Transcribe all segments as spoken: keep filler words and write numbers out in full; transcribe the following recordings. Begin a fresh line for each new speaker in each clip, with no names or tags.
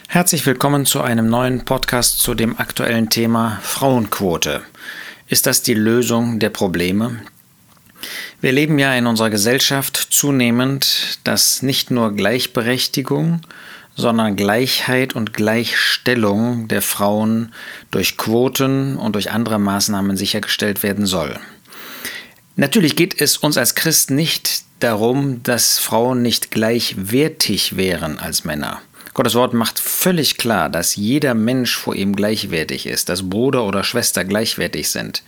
Herzlich willkommen zu einem neuen Podcast zu dem aktuellen Thema Frauenquote. Ist das die Lösung der Probleme? Wir erleben ja in unserer Gesellschaft zunehmend, dass nicht nur Gleichberechtigung, sondern Gleichheit und Gleichstellung der Frauen durch Quoten und durch andere Maßnahmen sichergestellt werden soll. Natürlich geht es uns als Christen nicht darum, dass Frauen nicht gleichwertig wären als Männer. Gottes Wort macht völlig klar, dass jeder Mensch vor ihm gleichwertig ist, dass Bruder oder Schwester gleichwertig sind.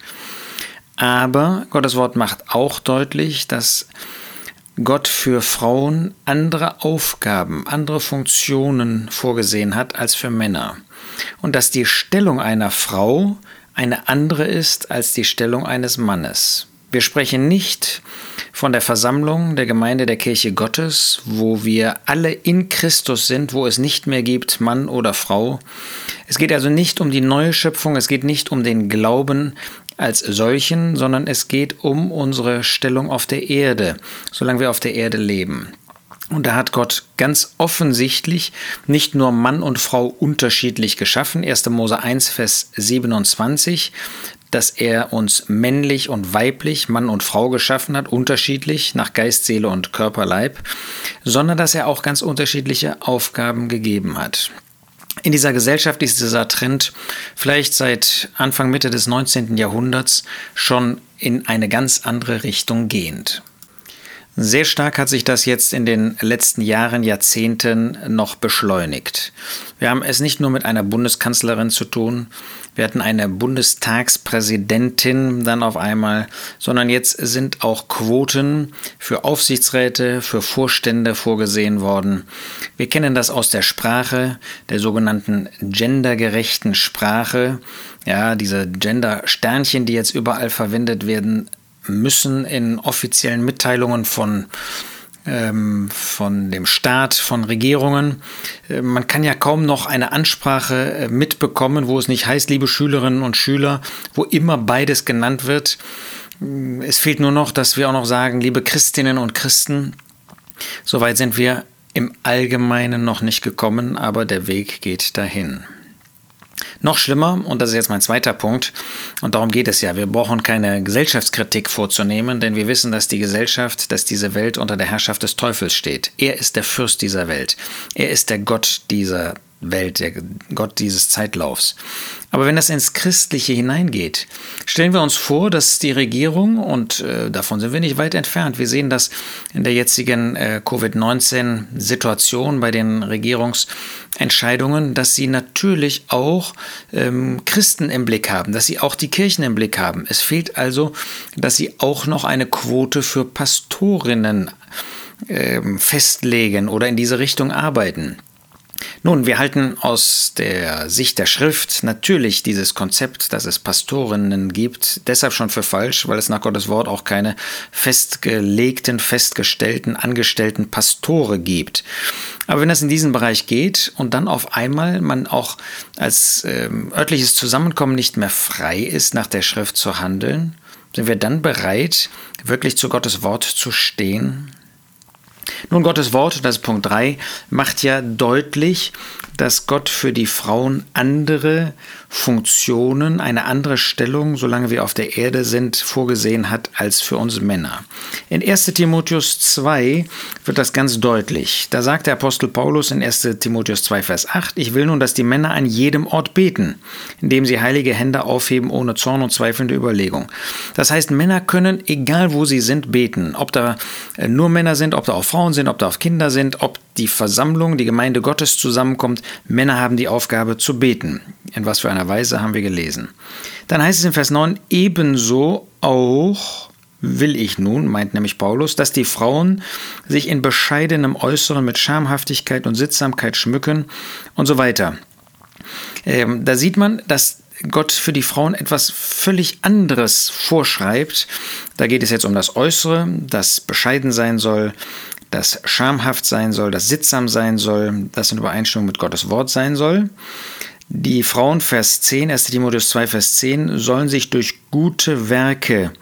Aber Gottes Wort macht auch deutlich, dass Gott für Frauen andere Aufgaben, andere Funktionen vorgesehen hat als für Männer. Und dass die Stellung einer Frau eine andere ist als die Stellung eines Mannes. Wir sprechen nicht von der Versammlung der Gemeinde der Kirche Gottes, wo wir alle in Christus sind, wo es nicht mehr gibt, Mann oder Frau. Es geht also nicht um die neue Schöpfung, es geht nicht um den Glauben als solchen, sondern es geht um unsere Stellung auf der Erde, solange wir auf der Erde leben. Und da hat Gott ganz offensichtlich nicht nur Mann und Frau unterschiedlich geschaffen, erster Mose eins, Vers siebenundzwanzig, dass er uns männlich und weiblich, Mann und Frau geschaffen hat, unterschiedlich nach Geist, Seele und Körper, Leib, sondern dass er auch ganz unterschiedliche Aufgaben gegeben hat. In dieser Gesellschaft ist dieser Trend vielleicht seit Anfang, Mitte des neunzehnten Jahrhunderts schon in eine ganz andere Richtung gehend. Sehr stark hat sich das jetzt in den letzten Jahren, Jahrzehnten noch beschleunigt. Wir haben es nicht nur mit einer Bundeskanzlerin zu tun, wir hatten eine Bundestagspräsidentin dann auf einmal, sondern jetzt sind auch Quoten für Aufsichtsräte, für Vorstände vorgesehen worden. Wir kennen das aus der Sprache, der sogenannten gendergerechten Sprache. Ja, diese Gender-Sternchen, die jetzt überall verwendet werden, müssen in offiziellen Mitteilungen von, ähm, von dem Staat, von Regierungen. Äh, man kann ja kaum noch eine Ansprache äh, mitbekommen, wo es nicht heißt, liebe Schülerinnen und Schüler, wo immer beides genannt wird. Es fehlt nur noch, dass wir auch noch sagen, liebe Christinnen und Christen. Soweit sind wir im Allgemeinen noch nicht gekommen, aber der Weg geht dahin. Noch schlimmer, und das ist jetzt mein zweiter Punkt, und darum geht es ja, wir brauchen keine Gesellschaftskritik vorzunehmen, denn wir wissen, dass die Gesellschaft, dass diese Welt unter der Herrschaft des Teufels steht. Er ist der Fürst dieser Welt. Er ist der Gott dieser Welt, der Gott dieses Zeitlaufs. Aber wenn das ins Christliche hineingeht, stellen wir uns vor, dass die Regierung, und äh, davon sind wir nicht weit entfernt, wir sehen das in der jetzigen äh, Covid neunzehn Situation bei den Regierungsentscheidungen, dass sie natürlich auch ähm, Christen im Blick haben, dass sie auch die Kirchen im Blick haben. Es fehlt also, dass sie auch noch eine Quote für Pastorinnen äh, festlegen oder in diese Richtung arbeiten. Nun, wir halten aus der Sicht der Schrift natürlich dieses Konzept, dass es Pastorinnen gibt, deshalb schon für falsch, weil es nach Gottes Wort auch keine festgelegten, festgestellten, angestellten Pastore gibt. Aber wenn das in diesen Bereich geht und dann auf einmal man auch als ähm, örtliches Zusammenkommen nicht mehr frei ist, nach der Schrift zu handeln, sind wir dann bereit, wirklich zu Gottes Wort zu stehen? Nun, Gottes Wort, das ist Punkt drei, macht ja deutlich, dass Gott für die Frauen andere Funktionen, eine andere Stellung, solange wir auf der Erde sind, vorgesehen hat als für uns Männer. In erster Timotheus zwei wird das ganz deutlich. Da sagt der Apostel Paulus in erster Timotheus zwei, Vers acht, ich will nun, dass die Männer an jedem Ort beten, indem sie heilige Hände aufheben, ohne Zorn und zweifelnde Überlegung. Das heißt, Männer können, egal wo sie sind, beten. Ob da nur Männer sind, ob da auch Frauen sind, ob da auch Kinder sind, ob die Versammlung, die Gemeinde Gottes zusammenkommt, Männer haben die Aufgabe zu beten. In was für einer Weise haben wir gelesen. Dann heißt es in Vers neun, ebenso auch will ich nun, meint nämlich Paulus, dass die Frauen sich in bescheidenem Äußeren mit Schamhaftigkeit und Sittsamkeit schmücken und so weiter. Ähm, da sieht man, dass Gott für die Frauen etwas völlig anderes vorschreibt. Da geht es jetzt um das Äußere, das bescheiden sein soll, das schamhaft sein soll, das sittsam sein soll, das in Übereinstimmung mit Gottes Wort sein soll. Die Frauen, Vers zehn, erster Timotheus zwei, Vers zehn, sollen sich durch gute Werke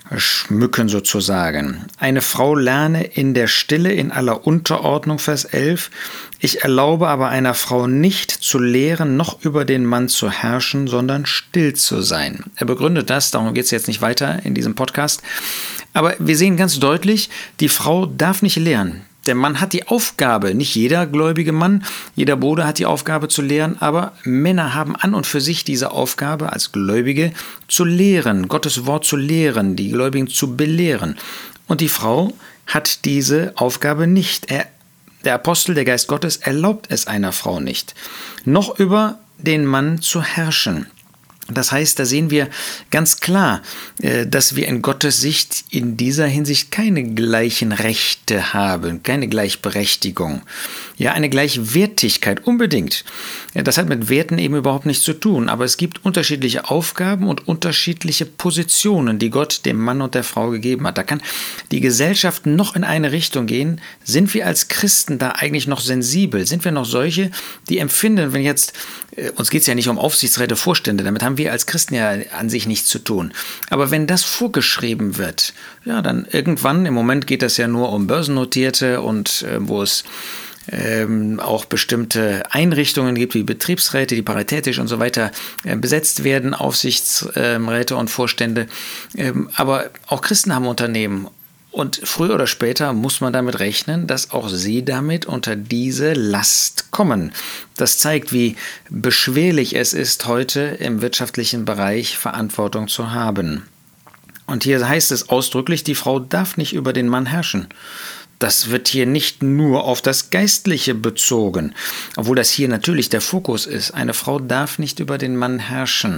schmücken sozusagen. Eine Frau lerne in der Stille in aller Unterordnung, Vers elf. Ich erlaube aber einer Frau nicht zu lehren, noch über den Mann zu herrschen, sondern still zu sein. Er begründet das, darum geht es jetzt nicht weiter in diesem Podcast. Aber wir sehen ganz deutlich, die Frau darf nicht lehren. Der Mann hat die Aufgabe, nicht jeder gläubige Mann, jeder Bruder hat die Aufgabe zu lehren, aber Männer haben an und für sich diese Aufgabe als Gläubige zu lehren, Gottes Wort zu lehren, die Gläubigen zu belehren. Und die Frau hat diese Aufgabe nicht. Er, der Apostel, der Geist Gottes, erlaubt es einer Frau nicht, noch über den Mann zu herrschen. Das heißt, da sehen wir ganz klar, dass wir in Gottes Sicht in dieser Hinsicht keine gleichen Rechte haben, keine Gleichberechtigung. Ja, eine Gleichwertigkeit unbedingt. Das hat mit Werten eben überhaupt nichts zu tun, aber es gibt unterschiedliche Aufgaben und unterschiedliche Positionen, die Gott dem Mann und der Frau gegeben hat. Da kann die Gesellschaft noch in eine Richtung gehen. Sind wir als Christen da eigentlich noch sensibel? Sind wir noch solche, die empfinden, wenn jetzt, uns geht es ja nicht um Aufsichtsräte, Vorstände, damit haben wir als Christen ja an sich nichts zu tun. Aber wenn das vorgeschrieben wird, ja, dann irgendwann, im Moment geht das ja nur um Börsennotierte und äh, wo es ähm, auch bestimmte Einrichtungen gibt, wie Betriebsräte, die paritätisch und so weiter äh, besetzt werden, Aufsichtsräte und Vorstände. Ähm, aber auch Christen haben Unternehmen. Und früher oder später muss man damit rechnen, dass auch sie damit unter diese Last kommen. Das zeigt, wie beschwerlich es ist, heute im wirtschaftlichen Bereich Verantwortung zu haben. Und hier heißt es ausdrücklich, die Frau darf nicht über den Mann herrschen. Das wird hier nicht nur auf das Geistliche bezogen, obwohl das hier natürlich der Fokus ist. Eine Frau darf nicht über den Mann herrschen.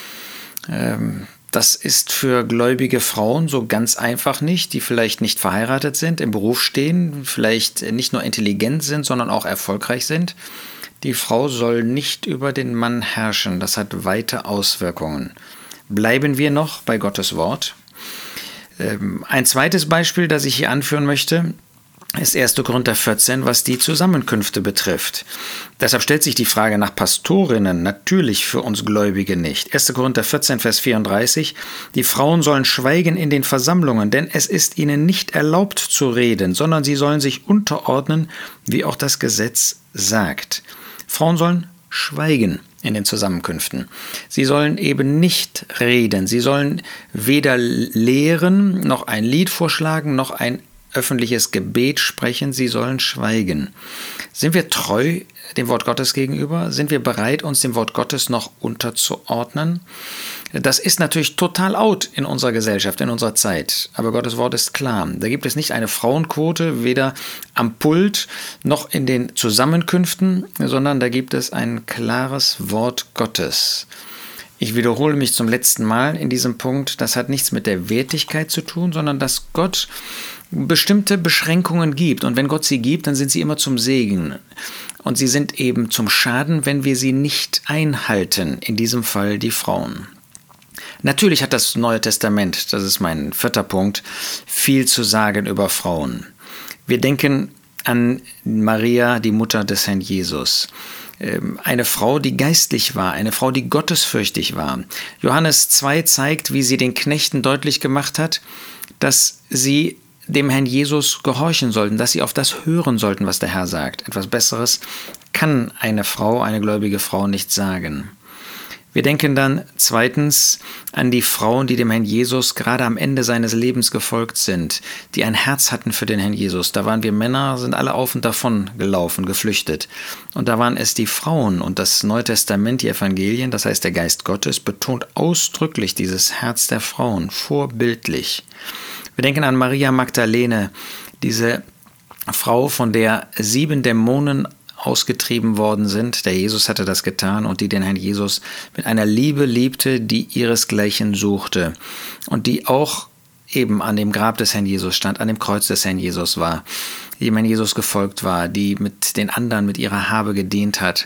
Ähm, Das ist für gläubige Frauen so ganz einfach nicht, die vielleicht nicht verheiratet sind, im Beruf stehen, vielleicht nicht nur intelligent sind, sondern auch erfolgreich sind. Die Frau soll nicht über den Mann herrschen. Das hat weite Auswirkungen. Bleiben wir noch bei Gottes Wort. Ein zweites Beispiel, das ich hier anführen möchte, ist erster Korinther vierzehn, was die Zusammenkünfte betrifft. Deshalb stellt sich die Frage nach Pastorinnen natürlich für uns Gläubige nicht. erster Korinther vierzehn, Vers vierunddreißig: Die Frauen sollen schweigen in den Versammlungen, denn es ist ihnen nicht erlaubt zu reden, sondern sie sollen sich unterordnen, wie auch das Gesetz sagt. Frauen sollen schweigen in den Zusammenkünften. Sie sollen eben nicht reden. Sie sollen weder lehren, noch ein Lied vorschlagen, noch ein öffentliches Gebet sprechen, sie sollen schweigen. Sind wir treu dem Wort Gottes gegenüber? Sind wir bereit, uns dem Wort Gottes noch unterzuordnen? Das ist natürlich total out in unserer Gesellschaft, in unserer Zeit. Aber Gottes Wort ist klar. Da gibt es nicht eine Frauenquote, weder am Pult noch in den Zusammenkünften, sondern da gibt es ein klares Wort Gottes. Ich wiederhole mich zum letzten Mal in diesem Punkt. Das hat nichts mit der Wertigkeit zu tun, sondern dass Gott bestimmte Beschränkungen gibt. Und wenn Gott sie gibt, dann sind sie immer zum Segen. Und sie sind eben zum Schaden, wenn wir sie nicht einhalten. In diesem Fall die Frauen. Natürlich hat das Neue Testament, das ist mein vierter Punkt, viel zu sagen über Frauen. Wir denken an Maria, die Mutter des Herrn Jesus. Eine Frau, die geistlich war, eine Frau, die gottesfürchtig war. Johannes zwei zeigt, wie sie den Knechten deutlich gemacht hat, dass sie dem Herrn Jesus gehorchen sollten, dass sie auf das hören sollten, was der Herr sagt. Etwas Besseres kann eine Frau, eine gläubige Frau nicht sagen. Wir denken dann zweitens an die Frauen, die dem Herrn Jesus gerade am Ende seines Lebens gefolgt sind, die ein Herz hatten für den Herrn Jesus. Da waren wir Männer, sind alle auf und davon gelaufen, geflüchtet. Und da waren es die Frauen. Und das Neue Testament, die Evangelien, das heißt der Geist Gottes, betont ausdrücklich dieses Herz der Frauen, vorbildlich. Wir denken an Maria Magdalene, diese Frau, von der sieben Dämonen ausgetrieben worden sind. Der Jesus hatte das getan und die den Herrn Jesus mit einer Liebe liebte, die ihresgleichen suchte und die auch eben an dem Grab des Herrn Jesus stand, an dem Kreuz des Herrn Jesus war, die dem Herrn Jesus gefolgt war, die mit den anderen, mit ihrer Habe gedient hat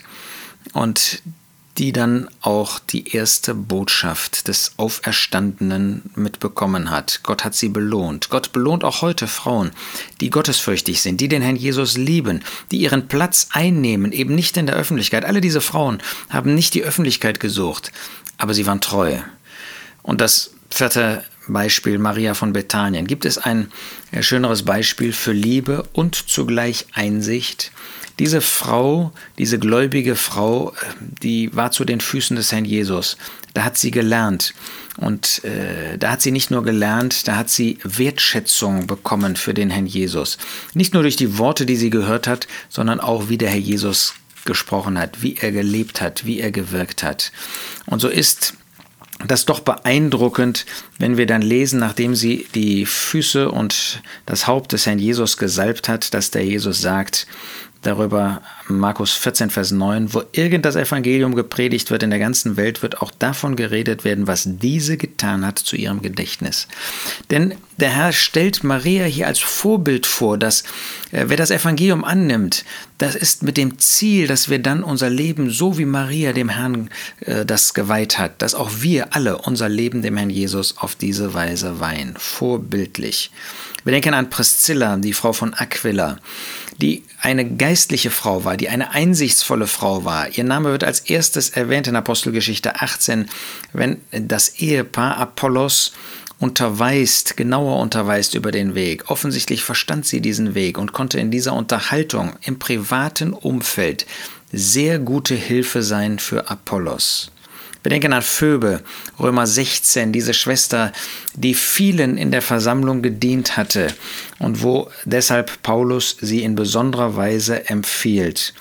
und die dann auch die erste Botschaft des Auferstandenen mitbekommen hat. Gott hat sie belohnt. Gott belohnt auch heute Frauen, die gottesfürchtig sind, die den Herrn Jesus lieben, die ihren Platz einnehmen, eben nicht in der Öffentlichkeit. Alle diese Frauen haben nicht die Öffentlichkeit gesucht, aber sie waren treu. Und das vierte Beispiel Maria von Bethanien. Gibt es ein schöneres Beispiel für Liebe und zugleich Einsicht? Diese Frau, diese gläubige Frau, die war zu den Füßen des Herrn Jesus. Da hat sie gelernt. Und äh, da hat sie nicht nur gelernt, da hat sie Wertschätzung bekommen für den Herrn Jesus. Nicht nur durch die Worte, die sie gehört hat, sondern auch, wie der Herr Jesus gesprochen hat, wie er gelebt hat, wie er gewirkt hat. Und so ist das doch beeindruckend, wenn wir dann lesen, nachdem sie die Füße und das Haupt des Herrn Jesus gesalbt hat, dass der Jesus sagt, darüber Markus vierzehn, Vers neun, wo irgend das Evangelium gepredigt wird in der ganzen Welt, wird auch davon geredet werden, was diese getan hat zu ihrem Gedächtnis. Denn der Herr stellt Maria hier als Vorbild vor, dass äh, wer das Evangelium annimmt, das ist mit dem Ziel, dass wir dann unser Leben, so wie Maria dem Herrn äh, das geweiht hat, dass auch wir alle unser Leben dem Herrn Jesus auf diese Weise weihen. Vorbildlich. Wir denken an Priscilla, die Frau von Aquila, die eine geistliche Frau war, die eine einsichtsvolle Frau war. Ihr Name wird als erstes erwähnt in Apostelgeschichte achtzehn, wenn das Ehepaar Apollos unterweist, genauer unterweist über den Weg. Offensichtlich verstand sie diesen Weg und konnte in dieser Unterhaltung im privaten Umfeld sehr gute Hilfe sein für Apollos. Wir denken an Phoebe, Römer sechzehn, diese Schwester, die vielen in der Versammlung gedient hatte und wo deshalb Paulus sie in besonderer Weise empfiehlt.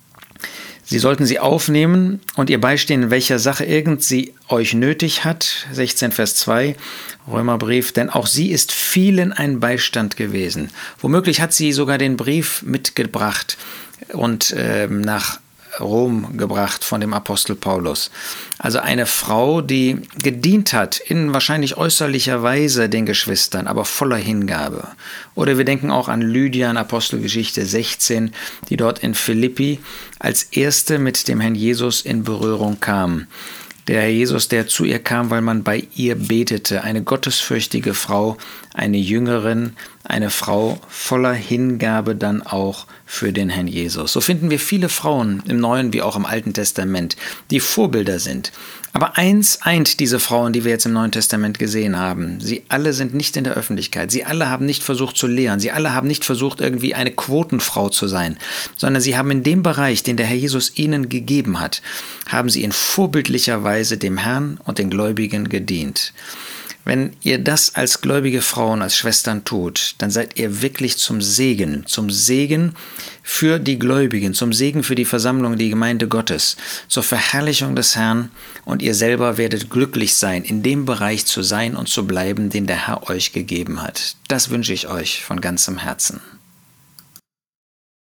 Sie sollten sie aufnehmen und ihr beistehen, in welcher Sache irgend sie euch nötig hat. sechzehn, Vers zwei, Römerbrief, denn auch sie ist vielen ein Beistand gewesen. Womöglich hat sie sogar den Brief mitgebracht und äh, nach Rom gebracht von dem Apostel Paulus. Also eine Frau, die gedient hat, in wahrscheinlich äußerlicher Weise den Geschwistern, aber voller Hingabe. Oder wir denken auch an Lydia in Apostelgeschichte sechzehn, die dort in Philippi als erste mit dem Herrn Jesus in Berührung kam. Der Herr Jesus, der zu ihr kam, weil man bei ihr betete, eine gottesfürchtige Frau, eine Jüngerin, eine Frau voller Hingabe dann auch für den Herrn Jesus. So finden wir viele Frauen im Neuen wie auch im Alten Testament, die Vorbilder sind. Aber eins eint diese Frauen, die wir jetzt im Neuen Testament gesehen haben. Sie alle sind nicht in der Öffentlichkeit. Sie alle haben nicht versucht zu lehren. Sie alle haben nicht versucht, irgendwie eine Quotenfrau zu sein, sondern sie haben in dem Bereich, den der Herr Jesus ihnen gegeben hat, haben sie in vorbildlicher Weise dem Herrn und den Gläubigen gedient. Wenn ihr das als gläubige Frauen, als Schwestern tut, dann seid ihr wirklich zum Segen, zum Segen für die Gläubigen, zum Segen für die Versammlung, die Gemeinde Gottes, zur Verherrlichung des Herrn, und ihr selber werdet glücklich sein, in dem Bereich zu sein und zu bleiben, den der Herr euch gegeben hat. Das wünsche ich euch von ganzem Herzen.